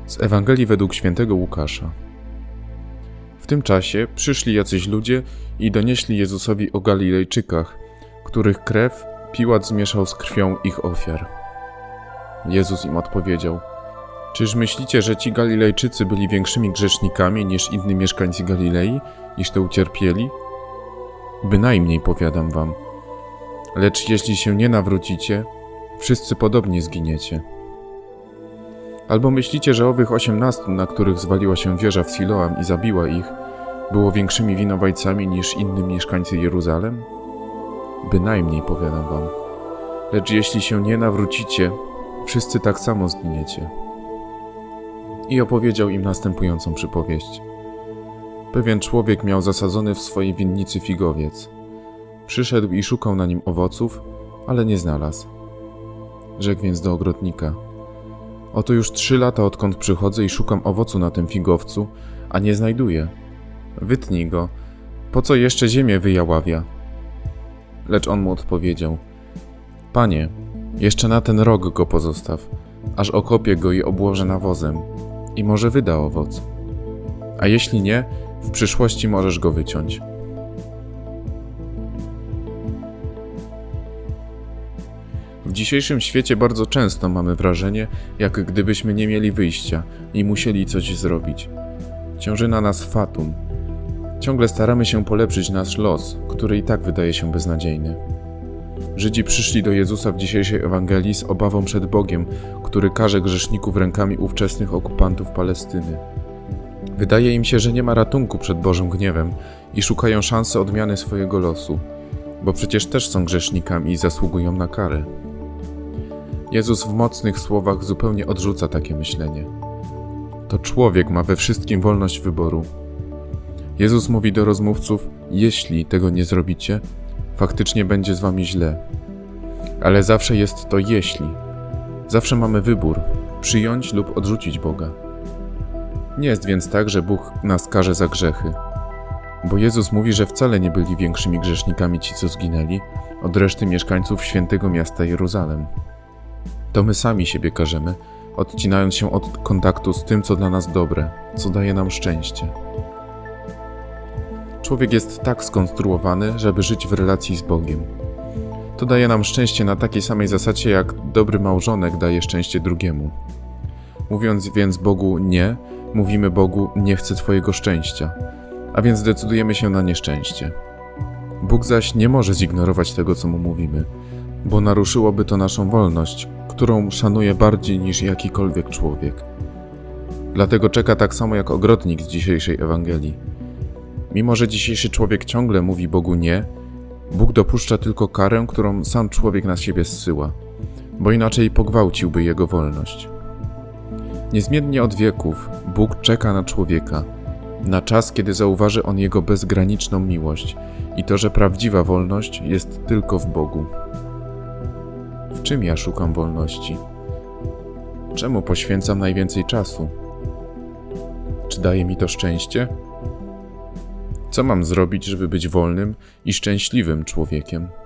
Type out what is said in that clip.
Z Ewangelii według świętego Łukasza. W tym czasie przyszli jacyś ludzie i donieśli Jezusowi o Galilejczykach, których krew Piłat zmieszał z krwią ich ofiar. Jezus im odpowiedział: czyż myślicie, że ci Galilejczycy byli większymi grzesznikami niż inni mieszkańcy Galilei, iż to ucierpieli? Bynajmniej, powiadam wam. Lecz jeśli się nie nawrócicie, wszyscy podobnie zginiecie. Albo myślicie, że owych 18, na których zwaliła się wieża w Siloam i zabiła ich, było większymi winowajcami niż inni mieszkańcy Jeruzalem? Bynajmniej, powiadam wam. Lecz jeśli się nie nawrócicie, wszyscy tak samo zginiecie. I opowiedział im następującą przypowieść. Pewien człowiek miał zasadzony w swojej winnicy figowiec. Przyszedł i szukał na nim owoców, ale nie znalazł. Rzekł więc do ogrodnika: oto już 3 lata, odkąd przychodzę i szukam owocu na tym figowcu, a nie znajduję. Wytnij go, po co jeszcze ziemię wyjaławia? Lecz on mu odpowiedział: Panie, jeszcze na ten rok go pozostaw, aż okopię go i obłożę nawozem, i może wyda owoc. A jeśli nie, w przyszłości możesz go wyciąć. W dzisiejszym świecie bardzo często mamy wrażenie, jak gdybyśmy nie mieli wyjścia i musieli coś zrobić. Ciąży na nas fatum. Ciągle staramy się polepszyć nasz los, który i tak wydaje się beznadziejny. Żydzi przyszli do Jezusa w dzisiejszej Ewangelii z obawą przed Bogiem, który karze grzeszników rękami ówczesnych okupantów Palestyny. Wydaje im się, że nie ma ratunku przed Bożym gniewem i szukają szansy odmiany swojego losu, bo przecież też są grzesznikami i zasługują na karę. Jezus w mocnych słowach zupełnie odrzuca takie myślenie. To człowiek ma we wszystkim wolność wyboru. Jezus mówi do rozmówców: jeśli tego nie zrobicie, faktycznie będzie z wami źle. Ale zawsze jest to jeśli. Zawsze mamy wybór: przyjąć lub odrzucić Boga. Nie jest więc tak, że Bóg nas karze za grzechy. Bo Jezus mówi, że wcale nie byli większymi grzesznikami ci, co zginęli, od reszty mieszkańców świętego miasta Jeruzalem. To my sami siebie karzemy, odcinając się od kontaktu z tym, co dla nas dobre, co daje nam szczęście. Człowiek jest tak skonstruowany, żeby żyć w relacji z Bogiem. To daje nam szczęście na takiej samej zasadzie, jak dobry małżonek daje szczęście drugiemu. Mówiąc więc Bogu nie, mówimy Bogu: nie chcę Twojego szczęścia, a więc decydujemy się na nieszczęście. Bóg zaś nie może zignorować tego, co Mu mówimy, bo naruszyłoby to naszą wolność, którą szanuje bardziej niż jakikolwiek człowiek. Dlatego czeka tak samo jak ogrodnik z dzisiejszej Ewangelii. Mimo że dzisiejszy człowiek ciągle mówi Bogu nie, Bóg dopuszcza tylko karę, którą sam człowiek na siebie zsyła, bo inaczej pogwałciłby jego wolność. Niezmiennie od wieków Bóg czeka na człowieka, na czas, kiedy zauważy on jego bezgraniczną miłość i to, że prawdziwa wolność jest tylko w Bogu. W czym ja szukam wolności? Czemu poświęcam najwięcej czasu? Czy daje mi to szczęście? Co mam zrobić, żeby być wolnym i szczęśliwym człowiekiem?